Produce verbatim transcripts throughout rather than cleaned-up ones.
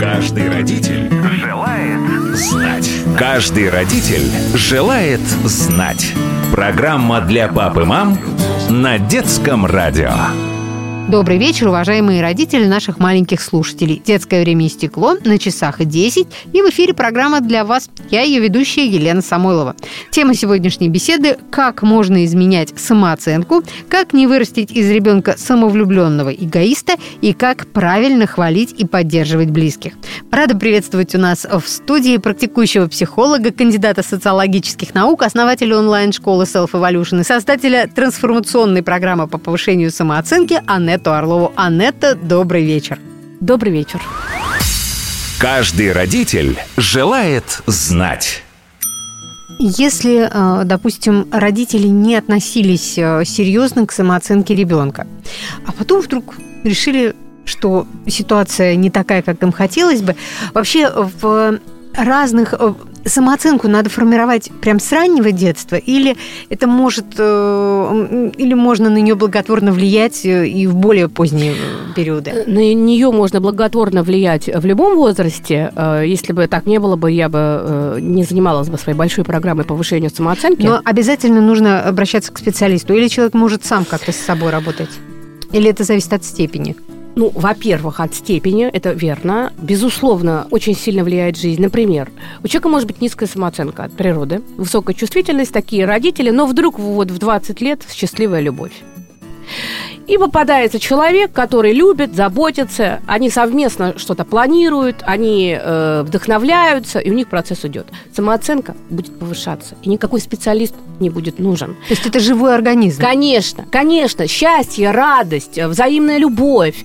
Каждый родитель желает знать. Каждый родитель желает знать. Программа для пап и мам на Детском радио. Добрый вечер, уважаемые родители наших маленьких слушателей. Детское время истекло, на часах десять, и в эфире программа для вас. Я ее ведущая Елена Самойлова. Тема сегодняшней беседы – как можно изменять самооценку, как не вырастить из ребенка самовлюбленного эгоиста и как правильно хвалить и поддерживать близких. Рада приветствовать у нас в студии практикующего психолога, кандидата социологических наук, основателя онлайн-школы Self-Evolution и создателя трансформационной программы по повышению самооценки Анетту Орлову. Анетта, добрый вечер. Добрый вечер. Каждый родитель желает знать. Если, допустим, родители не относились серьезно к самооценке ребенка, а потом вдруг решили, что ситуация не такая, как им хотелось бы, вообще в разных... Самооценку надо формировать прям с раннего детства, или это может, или можно на нее благотворно влиять и в более поздние периоды? На нее можно благотворно влиять в любом возрасте. Если бы так не было бы, я бы не занималась бы своей большой программой повышения самооценки. Но обязательно нужно обращаться к специалисту, или человек может сам как-то с собой работать? Или это зависит от степени? Ну, во-первых, от степени, это верно. Безусловно, очень сильно влияет жизнь. Например, у человека может быть низкая самооценка от природы, высокая чувствительность, такие родители, но вдруг вот в двадцать лет счастливая любовь. И попадается человек, который любит, заботится, они совместно что-то планируют, они э, вдохновляются, и у них процесс идет. Самооценка будет повышаться, и никакой специалист не будет нужен. То есть это живой организм? Конечно, конечно. Счастье, радость, взаимная любовь,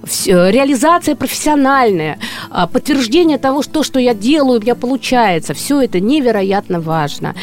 реализация профессиональная, подтверждение того, что, что я делаю, у меня получается. Все это невероятно важно.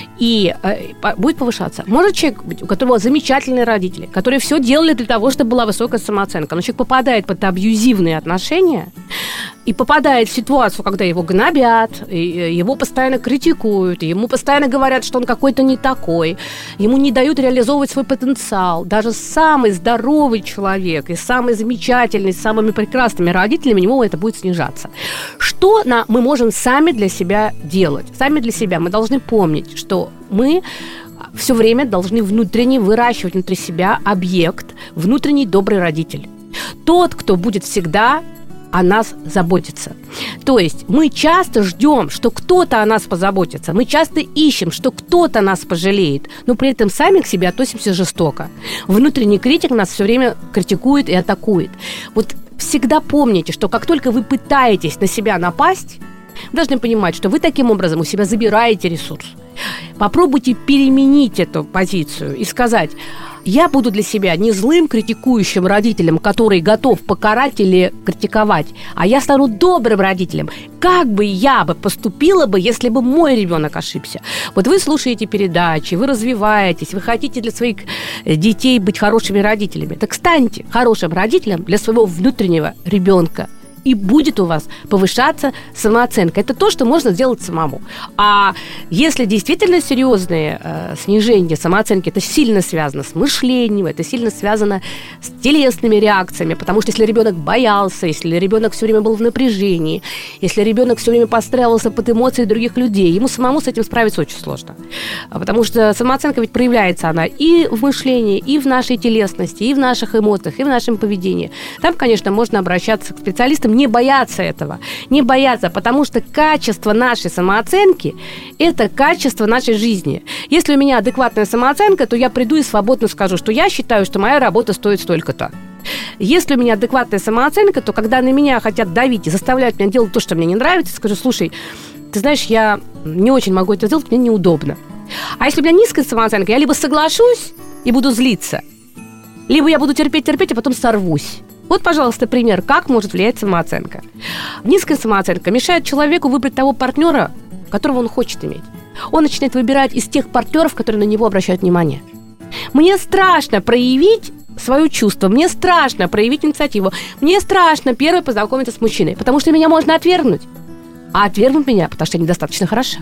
И э, будет повышаться. Может человек быть, у которого замечательные родители, которые все делали для того, чтобы была высокая самооценка, но человек попадает под абьюзивные отношения и попадает в ситуацию, когда его гнобят, его постоянно критикуют, ему постоянно говорят, что он какой-то не такой, ему не дают реализовывать свой потенциал. Даже самый здоровый человек и самый замечательный, с самыми прекрасными родителями, у него это будет снижаться. Что на, мы можем сами для себя делать? Сами для себя мы должны помнить, что мы все время должны внутренне выращивать внутри себя объект, внутренний добрый родитель. Тот, кто будет всегда о нас заботиться. То есть мы часто ждем, что кто-то о нас позаботится. Мы часто ищем, что кто-то нас пожалеет, но при этом сами к себе относимся жестоко. Внутренний критик нас все время критикует и атакует. Вот всегда помните, что как только вы пытаетесь на себя напасть, вы должны понимать, что вы таким образом у себя забираете ресурс. Попробуйте переменить эту позицию и сказать: я буду для себя не злым критикующим родителем, который готов покарать или критиковать, а я стану добрым родителем. Как бы я бы поступила бы, если бы мой ребенок ошибся? Вот вы слушаете передачи, вы развиваетесь, вы хотите для своих детей быть хорошими родителями. Так станьте хорошим родителем для своего внутреннего ребенка. И будет у вас повышаться самооценка. Это то, что можно сделать самому. А если действительно серьезные э, снижения самооценки, это сильно связано с мышлением, это сильно связано с телесными реакциями, потому что если ребенок боялся, если ребенок все время был в напряжении, если ребенок все время подстраивался под эмоции других людей, ему самому с этим справиться очень сложно. Потому что самооценка ведь проявляется она и в мышлении, и в нашей телесности, и в наших эмоциях, и в нашем поведении. Там, конечно, можно обращаться к специалистам, не бояться этого, не бояться, потому что качество нашей самооценки – это качество нашей жизни. Если у меня адекватная самооценка, то я приду и свободно скажу, что я считаю, что моя работа стоит столько-то. Если у меня адекватная самооценка, то когда на меня хотят давить и заставляют меня делать то, что мне не нравится, скажу: слушай, ты знаешь, я не очень могу это сделать, мне неудобно. А если у меня низкая самооценка, я либо соглашусь и буду злиться, либо я буду терпеть-терпеть, а потом сорвусь. Вот, пожалуйста, пример, как может влиять самооценка. Низкая самооценка мешает человеку выбрать того партнера, которого он хочет иметь. Он начинает выбирать из тех партнеров, которые на него обращают внимание. Мне страшно проявить свое чувство, мне страшно проявить инициативу, мне страшно первой познакомиться с мужчиной, потому что меня можно отвергнуть. А отвергнут меня, потому что я недостаточно хороша.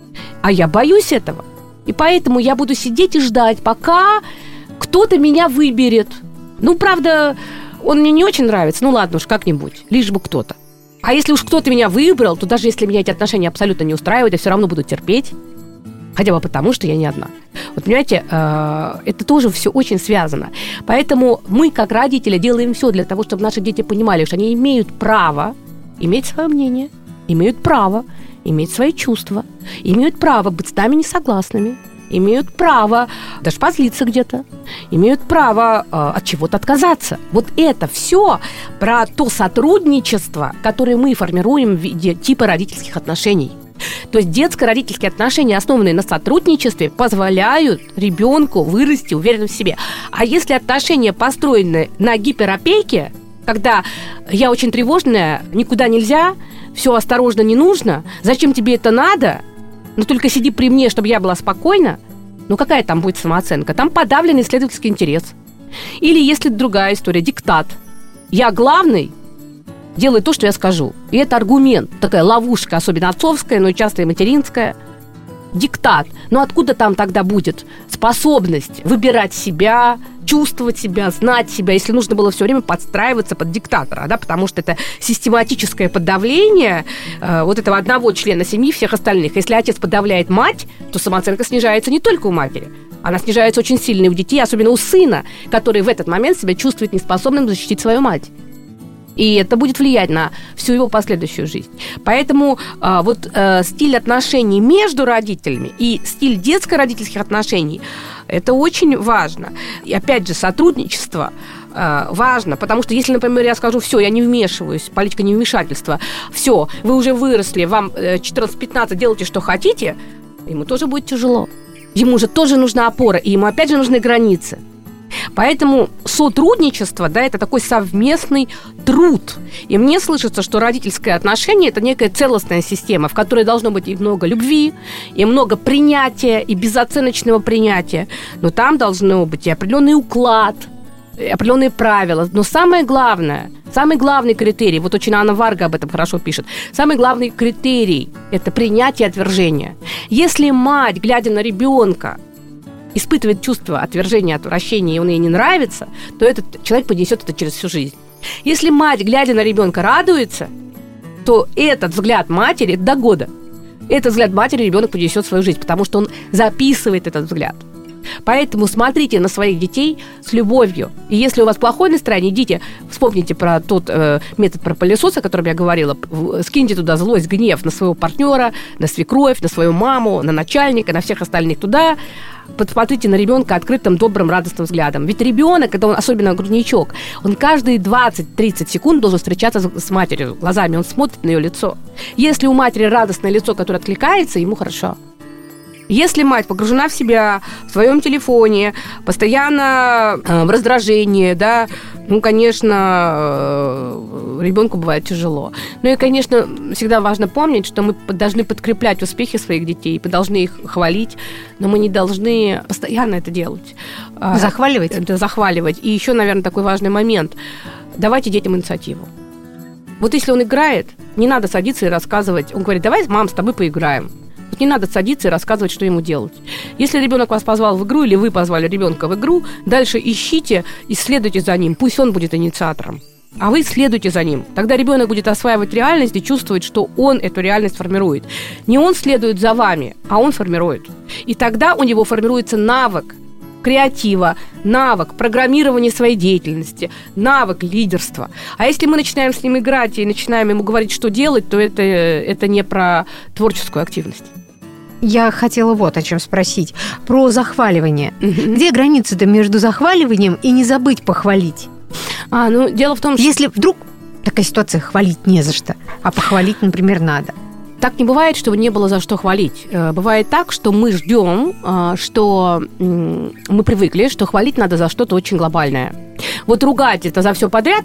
А я боюсь этого. И поэтому я буду сидеть и ждать, пока кто-то меня выберет. Ну, правда, он мне не очень нравится. Ну, ладно уж, как-нибудь. Лишь бы кто-то. А если уж кто-то меня выбрал, то даже если меня эти отношения абсолютно не устраивают, я все равно буду терпеть. Хотя бы потому, что я не одна. Вот понимаете, это тоже все очень связано. Поэтому мы, как родители, делаем все для того, чтобы наши дети понимали, что они имеют право иметь свое мнение, имеют право иметь свои чувства, имеют право быть с нами несогласными, имеют право даже позлиться где-то, имеют право э, от чего-то отказаться. Вот это все про то сотрудничество, которое мы формируем в виде типа родительских отношений. То есть детско-родительские отношения, основанные на сотрудничестве, позволяют ребенку вырасти уверенным в себе. А если отношения построены на гиперопеке, когда я очень тревожная, никуда нельзя, все осторожно, не нужно, зачем тебе это надо, но только сиди при мне, чтобы я была спокойна, ну какая там будет самооценка? Там подавленный исследовательский интерес. Или если другая история, диктат. Я главный, делай то, что я скажу. И это аргумент, такая ловушка, особенно отцовская, но и часто и материнская. Диктат. Но откуда там тогда будет способность выбирать себя, чувствовать себя, знать себя, если нужно было все время подстраиваться под диктатора, да, потому что это систематическое подавление э, вот этого одного члена семьи всех остальных. Если отец подавляет мать, то самооценка снижается не только у матери, она снижается очень сильно и у детей, особенно у сына, который в этот момент себя чувствует неспособным защитить свою мать. И это будет влиять на всю его последующую жизнь. Поэтому э, вот э, стиль отношений между родителями и стиль детско-родительских отношений – это очень важно. И опять же, сотрудничество э, важно, потому что если, например, я скажу, все, я не вмешиваюсь, политика невмешательства, все, вы уже выросли, вам четырнадцать-пятнадцать, делайте, что хотите, ему тоже будет тяжело. Ему же тоже нужна опора, и ему опять же нужны границы. Поэтому сотрудничество, да, это такой совместный труд. И мне слышится, что родительское отношение – это некая целостная система, в которой должно быть и много любви, и много принятия, и безоценочного принятия. Но там должно быть и определенный уклад, и определенные правила. Но самое главное, самый главный критерий, вот очень Анна Варга об этом хорошо пишет, самый главный критерий – это принятие и отвержение. Если мать, глядя на ребенка, испытывает чувство отвержения, отвращения, и он ей не нравится, то этот человек понесет это через всю жизнь. Если мать, глядя на ребенка, радуется, то этот взгляд матери до года, этот взгляд матери ребенок понесет свою жизнь, потому что он записывает этот взгляд. Поэтому смотрите на своих детей с любовью. И если у вас плохое настроение, идите, вспомните про тот э, метод про пылесос, о котором я говорила, скиньте туда злость, гнев на своего партнера, на свекровь, на свою маму, на начальника, на всех остальных туда. Посмотрите на ребенка открытым, добрым, радостным взглядом. Ведь ребенок, это он, особенно грудничок, он каждые двадцать-тридцать секунд должен встречаться с матерью глазами, он смотрит на ее лицо. Если у матери радостное лицо, которое откликается, ему хорошо. Если мать погружена в себя, в своем телефоне, постоянно э, в раздражении, да, ну, конечно, э, ребенку бывает тяжело. Ну и, конечно, всегда важно помнить, что мы должны подкреплять успехи своих детей, мы должны их хвалить, но мы не должны постоянно это делать. Захваливать? Это захваливать. И еще, наверное, такой важный момент. Давайте детям инициативу. Вот если он играет, не надо садиться и рассказывать. Он говорит, давай, мам, с тобой поиграем. Не надо садиться и рассказывать, что ему делать. Если ребенок вас позвал в игру, или вы позвали ребенка в игру, дальше ищите, исследуйте за ним. Пусть он будет инициатором. А вы следуйте за ним. Тогда ребенок будет осваивать реальность и чувствовать, что он эту реальность формирует. Не он следует за вами, а он формирует. И тогда у него формируется навык креатива, навык программирования своей деятельности, навык лидерства. А если мы начинаем с ним играть и начинаем ему говорить, что делать, то это, это не про творческую активность. Я хотела вот о чем спросить. Про захваливание. Mm-hmm. Где граница-то между захваливанием и не забыть похвалить? А, ну, дело в том, что... Если вдруг такая ситуация, хвалить не за что, а похвалить, например, надо. Так не бывает, чтобы не было за что хвалить. Бывает так, что мы ждем, что мы привыкли, что хвалить надо за что-то очень глобальное. Вот ругать это за все подряд,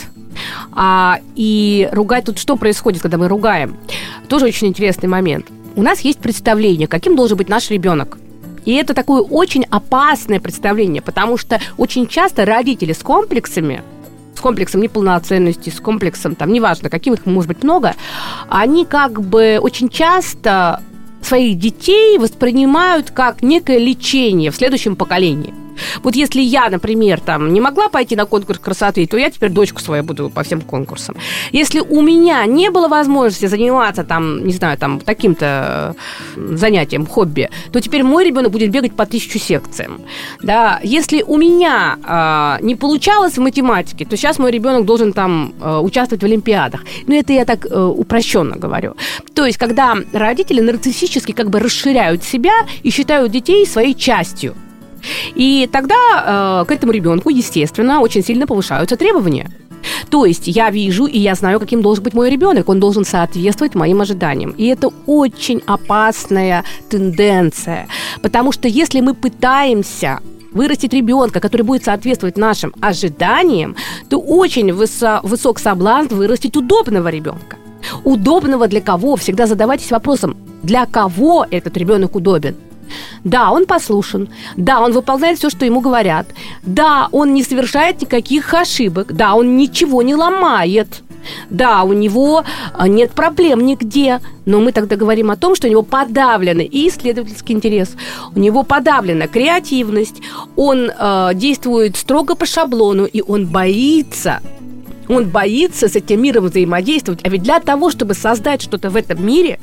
а, и ругать тут что происходит, когда мы ругаем? Тоже очень интересный момент. У нас есть представление, каким должен быть наш ребенок. И это такое очень опасное представление, потому что очень часто родители с комплексами, с комплексом неполноценности, с комплексом, там, неважно, каким их может быть много, они как бы очень часто своих детей воспринимают как некое лечение в следующем поколении. Вот если я, например, там не могла пойти на конкурс красоты, то я теперь дочку свою буду по всем конкурсам. Если у меня не было возможности заниматься там, не знаю, там таким-то занятием, хобби, то теперь мой ребенок будет бегать по тысячу секциям. Да? Если у меня э, не получалось в математике, то сейчас мой ребенок должен там э, участвовать в олимпиадах. Но это я так э, упрощенно говорю. То есть, когда родители нарциссически как бы расширяют себя и считают детей своей частью. И тогда э, к этому ребенку, естественно, очень сильно повышаются требования. То есть я вижу и я знаю, каким должен быть мой ребенок. Он должен соответствовать моим ожиданиям. И это очень опасная тенденция. Потому что если мы пытаемся вырастить ребенка, который будет соответствовать нашим ожиданиям, то очень высо- высок соблазн вырастить удобного ребенка. Удобного для кого? Всегда задавайтесь вопросом, для кого этот ребенок удобен? Да, он послушен, да, он выполняет все, что ему говорят, да, он не совершает никаких ошибок, да, он ничего не ломает, да, у него нет проблем нигде, но мы тогда говорим о том, что у него подавлен и исследовательский интерес, у него подавлена креативность, он э, действует строго по шаблону, и он боится, он боится с этим миром взаимодействовать, а ведь для того, чтобы создать что-то в этом мире...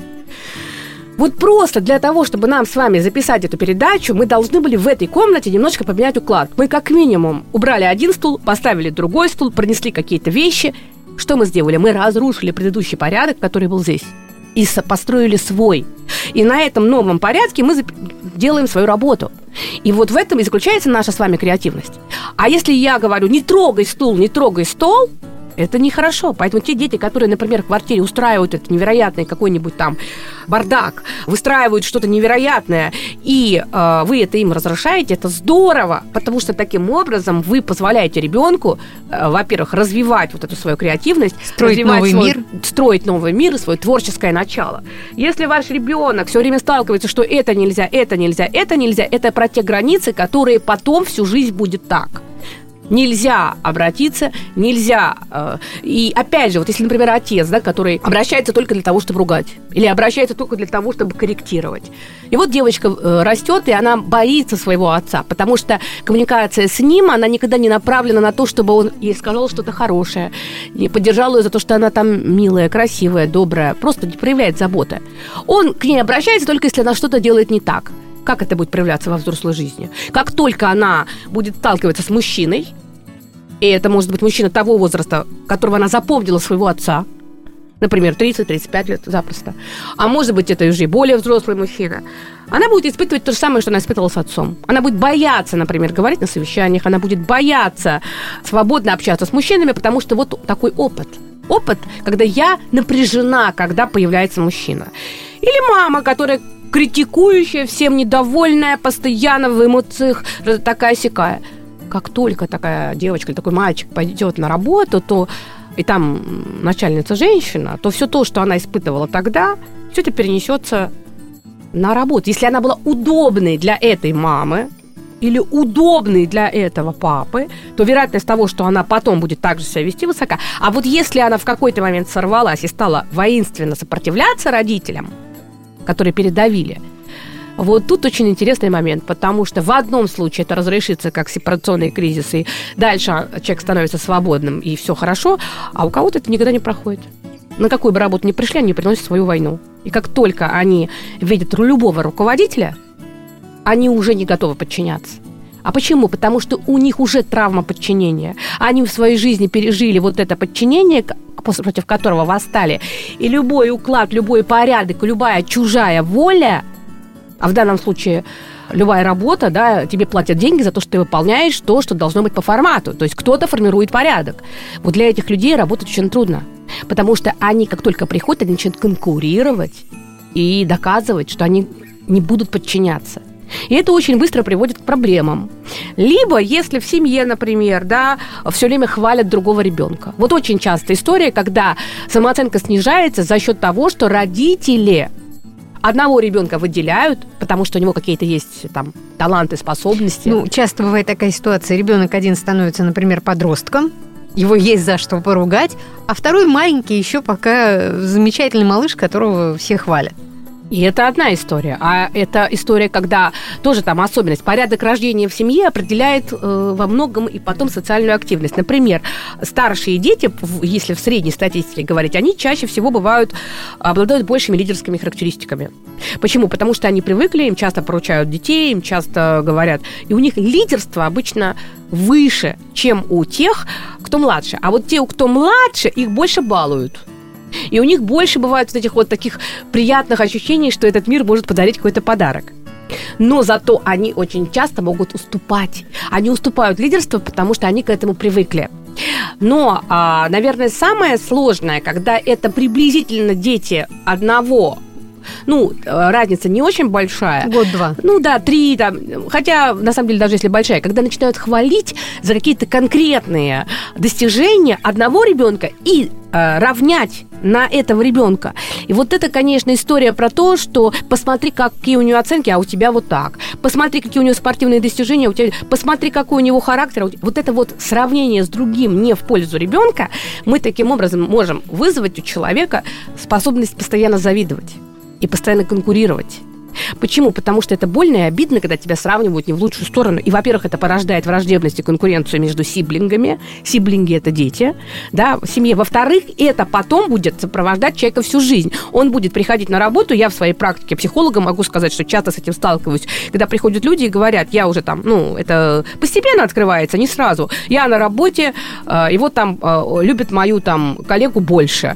Вот просто для того, чтобы нам с вами записать эту передачу, мы должны были в этой комнате немножко поменять уклад. Мы как минимум убрали один стул, поставили другой стул, пронесли какие-то вещи. Что мы сделали? Мы разрушили предыдущий порядок, который был здесь, и построили свой. И на этом новом порядке мы делаем свою работу. И вот в этом и заключается наша с вами креативность. А если я говорю, не трогай стул, не трогай стол, это нехорошо. Поэтому те дети, которые, например, в квартире устраивают это невероятный какой-нибудь там бардак, выстраивают что-то невероятное, и э, вы это им разрешаете, это здорово, потому что таким образом вы позволяете ребенку, э, во-первых, развивать вот эту свою креативность, строить новый свой, мир, строить новый мир и свое творческое начало. Если ваш ребенок все время сталкивается, что это нельзя, это нельзя, это нельзя, это про те границы, которые потом всю жизнь будет так. Нельзя обратиться, нельзя... Э, и опять же, вот если, например, отец, да, который обращается только для того, чтобы ругать, или обращается только для того, чтобы корректировать. И вот девочка э, растет, и она боится своего отца, потому что коммуникация с ним, она никогда не направлена на то, чтобы он ей сказал что-то хорошее, и поддержал ее за то, что она там милая, красивая, добрая, просто не проявляет заботы. Он к ней обращается только если она что-то делает не так. Как это будет проявляться во взрослой жизни? Как только она будет сталкиваться с мужчиной, и это может быть мужчина того возраста, которого она запомнила своего отца, например, тридцать-тридцать пять лет запросто, а может быть, это уже и более взрослый мужчина, она будет испытывать то же самое, что она испытывала с отцом. Она будет бояться, например, говорить на совещаниях, она будет бояться свободно общаться с мужчинами, потому что вот такой опыт. Опыт, когда я напряжена, когда появляется мужчина. Или мама, которая критикующая, всем недовольная, постоянно в эмоциях, такая-сякая. Как только такая девочка или такой мальчик пойдет на работу, то и там начальница женщина, то все то, что она испытывала тогда, все это перенесется на работу. Если она была удобной для этой мамы или удобной для этого папы, то вероятность того, что она потом будет так же себя вести, высока. А вот если она в какой-то момент сорвалась и стала воинственно сопротивляться родителям, которые передавили, вот тут очень интересный момент, потому что в одном случае это разрешится как сепарационный кризис, и дальше человек становится свободным, и все хорошо, а у кого-то это никогда не проходит. На какую бы работу ни пришли, они приносят свою войну. И как только они видят любого руководителя, они уже не готовы подчиняться. А почему? Потому что у них уже травма подчинения. Они в своей жизни пережили вот это подчинение, против которого восстали. И любой уклад, любой порядок, любая чужая воля, а в данном случае любая работа, да, тебе платят деньги за то, что ты выполняешь то, что должно быть по формату. То есть кто-то формирует порядок. Вот для этих людей работать очень трудно. Потому что они, как только приходят, они начинают конкурировать и доказывать, что они не будут подчиняться. И это очень быстро приводит к проблемам. Либо, если в семье, например, да, все время хвалят другого ребенка. Вот очень часто история, когда самооценка снижается за счет того, что родители одного ребенка выделяют, потому что у него какие-то есть там таланты, способности. Ну, часто бывает такая ситуация. Ребенок один становится, например, подростком, его есть за что поругать, а второй маленький еще пока замечательный малыш, которого все хвалят. И это одна история. А это история, когда тоже там особенность. Порядок рождения в семье определяет э, во многом и потом социальную активность. Например, старшие дети, если в средней статистике говорить, они чаще всего бывают, обладают большими лидерскими характеристиками. Почему? Потому что они привыкли, им часто поручают детей, им часто говорят. И у них лидерство обычно выше, чем у тех, кто младше. А вот те, кто младше, их больше балуют. И у них больше бывает вот этих вот таких приятных ощущений, что этот мир может подарить какой-то подарок. Но зато они очень часто могут уступать. Они уступают лидерству, потому что они к этому привыкли. Но, наверное, самое сложное, когда это приблизительно дети одного, ну, разница не очень большая. Год-два. Ну да, три, там, хотя, на самом деле, даже если большая, когда начинают хвалить за какие-то конкретные достижения одного ребенка и э, равнять на этого ребенка. И вот это, конечно, история про то, что посмотри, какие у него оценки, а у тебя вот так. Посмотри, какие у него спортивные достижения, у тебя... посмотри, какой у него характер. Вот это вот сравнение с другим не в пользу ребенка, мы таким образом можем вызвать у человека способность постоянно завидовать и постоянно конкурировать. Почему? Потому что это больно и обидно, когда тебя сравнивают не в лучшую сторону. И, во-первых, это порождает враждебность и конкуренцию между сиблингами. Сиблинги – это дети, да, в семье. Во-вторых, это потом будет сопровождать человека всю жизнь. Он будет приходить на работу. Я в своей практике психолога могу сказать, что часто с этим сталкиваюсь. Когда приходят люди и говорят, я уже там, ну, это постепенно открывается, не сразу. Я на работе, и вот там любят мою там коллегу больше.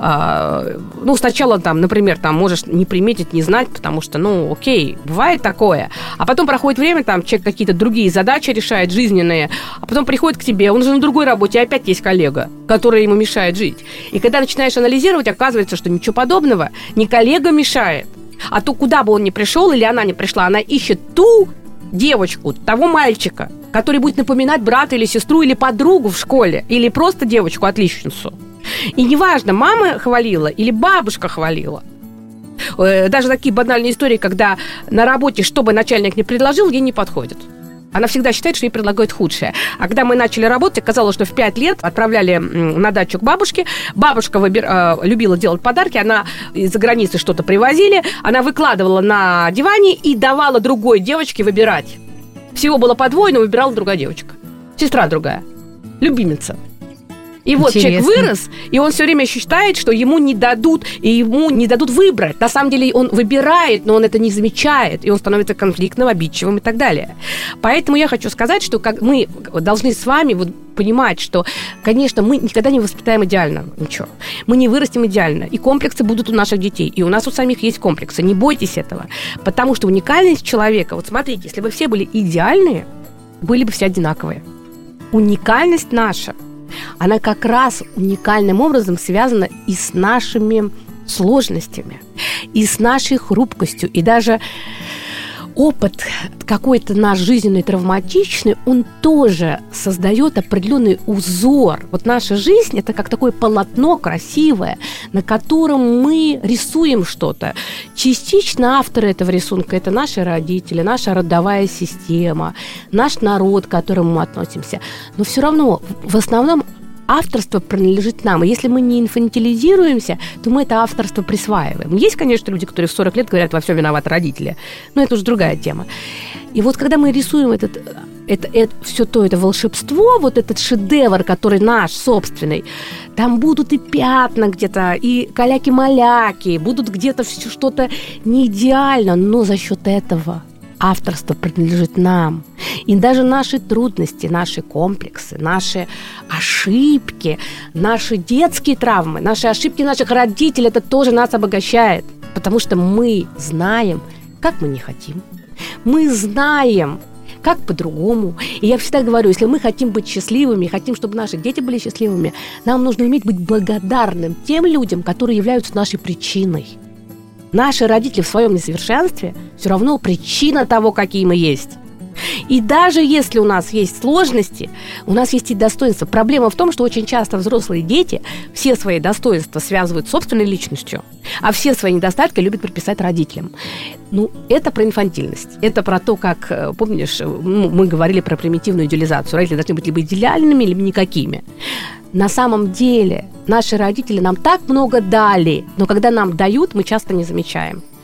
Ну, сначала там, например, там можешь не приметить, не знать, потому что, ну, окей, бывает такое. А потом проходит время, там человек какие-то другие задачи решает, жизненные, а потом приходит к тебе, он уже на другой работе, и опять есть коллега, который ему мешает жить. И когда начинаешь анализировать, оказывается, что ничего подобного, не коллега мешает, а то, куда бы он ни пришел или она не пришла, она ищет ту девочку, того мальчика, который будет напоминать брата или сестру, или подругу в школе, или просто девочку-отличницу. И неважно, мама хвалила или бабушка хвалила. Даже такие банальные истории, когда на работе, что бы начальник не предложил, ей не подходит. Она всегда считает, что ей предлагают худшее. А когда мы начали работать, оказалось, что в пять лет отправляли на дачу к бабушке. Бабушка выбир... любила делать подарки. Она из-за границы что-то привозили. Она выкладывала на диване и давала другой девочке выбирать. Всего было по двое, но выбирала другая девочка. Сестра другая. Любимица. И вот человек вырос, и он все время считает, что ему не дадут, и ему не дадут выбрать. На самом деле он выбирает, но он это не замечает, и он становится конфликтным, обидчивым и так далее. Поэтому я хочу сказать, что как мы должны с вами вот понимать, что, конечно, мы никогда не воспитаем идеально ничего. Мы не вырастем идеально, и комплексы будут у наших детей, и у нас у самих есть комплексы. Не бойтесь этого, потому что уникальность человека, вот смотрите, если бы все были идеальные, были бы все одинаковые. Уникальность наша, она как раз уникальным образом связана и с нашими сложностями, и с нашей хрупкостью, и даже опыт какой-то наш жизненный, травматичный, он тоже создает определенный узор. Вот наша жизнь – это как такое полотно красивое, на котором мы рисуем что-то. Частично авторы этого рисунка – это наши родители, наша родовая система, наш народ, к которому мы относимся. Но все равно, в основном, авторство принадлежит нам. И если мы не инфантилизируемся, то мы это авторство присваиваем. Есть, конечно, люди, которые в сорок лет говорят, во всем виноваты родители. Но это уже другая тема. И вот когда мы рисуем этот, это, это, все то это волшебство, вот этот шедевр, который наш, собственный, там будут и пятна где-то, и каляки-маляки, будут где-то все что-то не идеально, но за счет этого авторство принадлежит нам. И даже наши трудности, наши комплексы, наши ошибки, наши детские травмы, наши ошибки наших родителей, это тоже нас обогащает. Потому что мы знаем, как мы не хотим. Мы знаем, как по-другому. И я всегда говорю, если мы хотим быть счастливыми, хотим, чтобы наши дети были счастливыми, нам нужно уметь быть благодарным тем людям, которые являются нашей причиной. Наши родители в своем несовершенстве все равно причина того, какие мы есть. И даже если у нас есть сложности, у нас есть и достоинства. Проблема в том, что очень часто взрослые дети все свои достоинства связывают с собственной личностью, а все свои недостатки любят приписать родителям. Ну, это про инфантильность. Это про то, как, помнишь, мы говорили про примитивную идеализацию. Родители должны быть либо идеальными, либо никакими. На самом деле наши родители нам так много дали, но когда нам дают, мы часто не замечаем.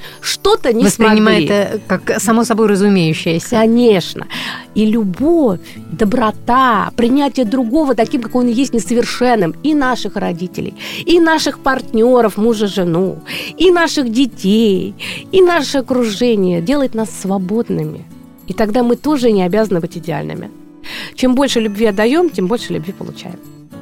Что-то не воспринимает смогли. это как само собой разумеющееся. Конечно. И любовь, доброта, принятие другого таким, как он есть, несовершенным, и наших родителей, и наших партнеров, мужа, жену, и наших детей, и наше окружение делает нас свободными. И тогда мы тоже не обязаны быть идеальными. Чем больше любви отдаем, тем больше любви получаем.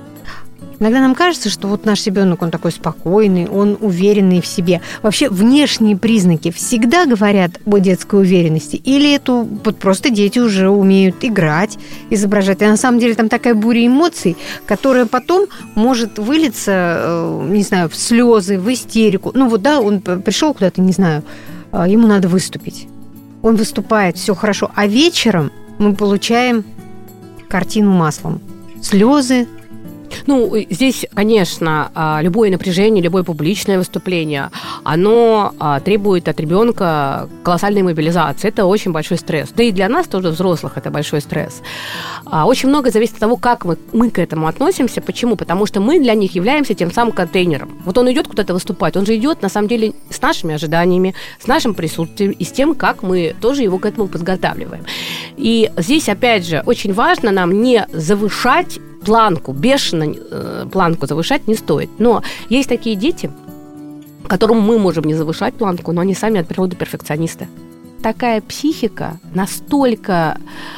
Иногда нам кажется, что вот наш ребенок, он такой спокойный, он уверенный в себе. Вообще внешние признаки всегда говорят о детской уверенности? Или это вот просто дети уже умеют играть, изображать? А на самом деле там такая буря эмоций, которая потом может вылиться, не знаю, в слезы, в истерику. Ну вот да, он пришел куда-то, не знаю, ему надо выступить. Он выступает, все хорошо. А вечером мы получаем картину маслом. Слезы. Ну, здесь, конечно, любое напряжение, любое публичное выступление, оно требует от ребенка колоссальной мобилизации. Это очень большой стресс. Да и для нас тоже, взрослых, это большой стресс. Очень много зависит от того, как мы, мы к этому относимся. Почему? Потому что мы для них являемся тем самым контейнером. Вот он идет куда-то выступать, он же идет, на самом деле, с нашими ожиданиями, с нашим присутствием и с тем, как мы тоже его к этому подготавливаем. И здесь, опять же, очень важно нам не завышать планку, бешено э, планку завышать не стоит. Но есть такие дети, которым мы можем не завышать планку, но они сами от природы перфекционисты. Такая психика, настолько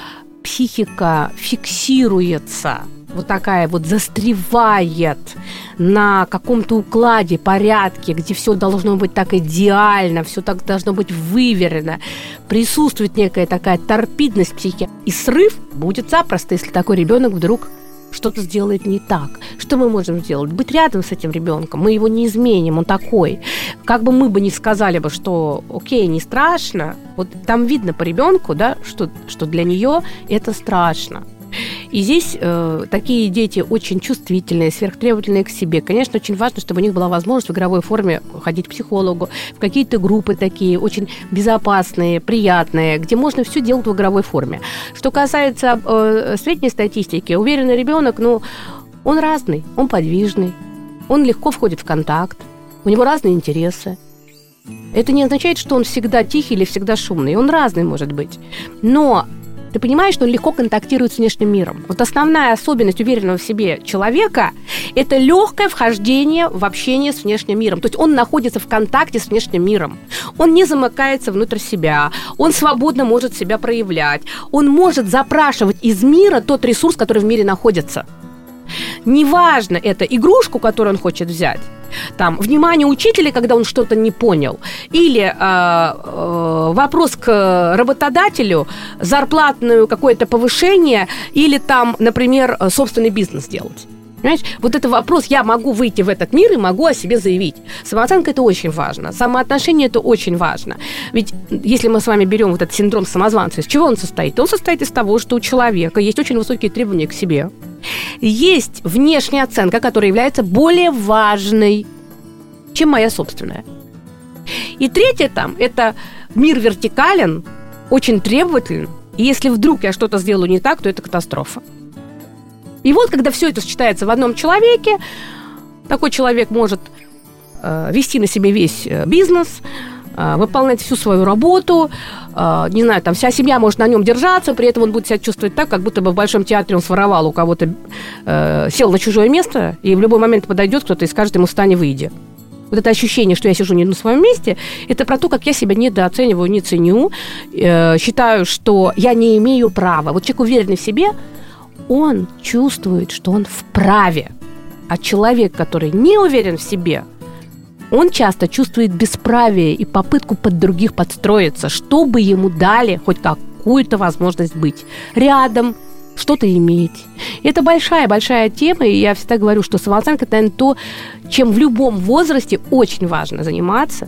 психика фиксируется, вот такая вот застревает на каком-то укладе, порядке, где все должно быть так идеально, все так должно быть выверено, присутствует некая такая торпидность психики. И срыв будет запросто, если такой ребенок вдруг что-то сделает не так. Что мы можем сделать? Быть рядом с этим ребенком. Мы его не изменим, он такой. Как бы мы бы ни сказали бы, что окей, не страшно, вот там видно по ребенку, да, что, что для нее это страшно. И здесь э, такие дети очень чувствительные, сверхтребовательные к себе. Конечно, очень важно, чтобы у них была возможность в игровой форме ходить к психологу, в какие-то группы такие очень безопасные, приятные, где можно все делать в игровой форме. Что касается э, средней статистики, уверенный ребенок, ну, он разный, он подвижный, он легко входит в контакт, у него разные интересы. Это не означает, что он всегда тихий или всегда шумный. Он разный может быть. Но ты понимаешь, что он легко контактирует с внешним миром. Вот основная особенность уверенного в себе человека – это легкое вхождение в общение с внешним миром. То есть он находится в контакте с внешним миром. Он не замыкается внутрь себя. Он свободно может себя проявлять. Он может запрашивать из мира тот ресурс, который в мире находится. Неважно, это игрушку, которую он хочет взять, там, внимание учителя, когда он что-то не понял, или э, э, вопрос к работодателю, зарплатное какое-то повышение, или там, например, собственный бизнес делать. Понимаешь? Вот это вопрос, я могу выйти в этот мир и могу о себе заявить. Самооценка – это очень важно, самоотношение – это очень важно. Ведь если мы с вами берем вот этот синдром самозванца, из чего он состоит? Он состоит из того, что у человека есть очень высокие требования к себе, есть внешняя оценка, которая является более важной, чем моя собственная. И третье там – это мир вертикален, очень требователен, и если вдруг я что-то сделаю не так, то это катастрофа. И вот, когда все это сочетается в одном человеке, такой человек может э, вести на себе весь бизнес, э, выполнять всю свою работу, э, не знаю, там вся семья может на нем держаться, при этом он будет себя чувствовать так, как будто бы в Большом театре он своровал у кого-то, э, сел на чужое место, и в любой момент подойдет кто-то и скажет ему «встань и выйди». Вот это ощущение, что я сижу не на своем месте, это про то, как я себя недооцениваю, не ценю, э, считаю, что я не имею права. Вот человек уверенный в себе, он чувствует, что он вправе. А человек, который не уверен в себе, он часто чувствует бесправие и попытку под других подстроиться, чтобы ему дали хоть какую-то возможность быть рядом, что-то иметь. Это большая-большая тема, и я всегда говорю, что самооценка – это, наверное, то, чем в любом возрасте очень важно заниматься.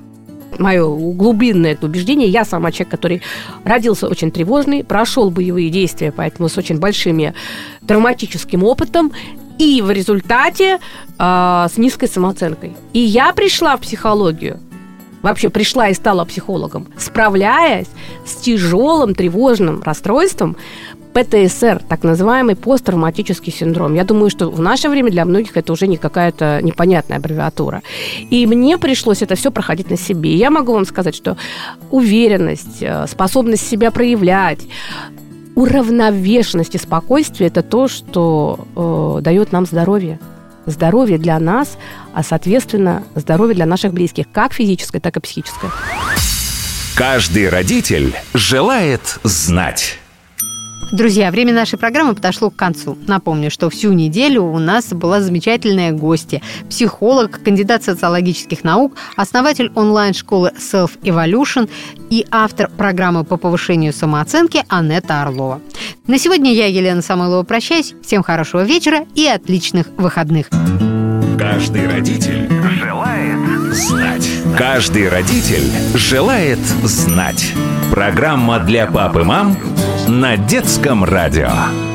Мое глубинное это убеждение. Я сама человек, который родился очень тревожный, прошел боевые действия, поэтому с очень большим травматическим опытом, и в результате э, с низкой самооценкой. И я пришла в психологию, вообще пришла и стала психологом, справляясь с тяжелым тревожным расстройством, пэ тэ эс эр, так называемый посттравматический синдром. Я думаю, что в наше время для многих это уже не какая-то непонятная аббревиатура. И мне пришлось это все проходить на себе. И я могу вам сказать, что уверенность, способность себя проявлять, уравновешенность и спокойствие – это то, что э, дает нам здоровье. Здоровье для нас, а, соответственно, здоровье для наших близких, как физическое, так и психическое. Каждый родитель желает знать. Друзья, время нашей программы подошло к концу. Напомню, что всю неделю у нас была замечательная гостья, психолог, кандидат социологических наук, основатель онлайн-школы Self Evolution и автор программы по повышению самооценки Анетта Орлова. На сегодня я, Елена Самойлова, прощаюсь. Всем хорошего вечера и отличных выходных. Каждый родитель желает знать. Каждый родитель желает знать. Программа для пап и мам на Детском радио.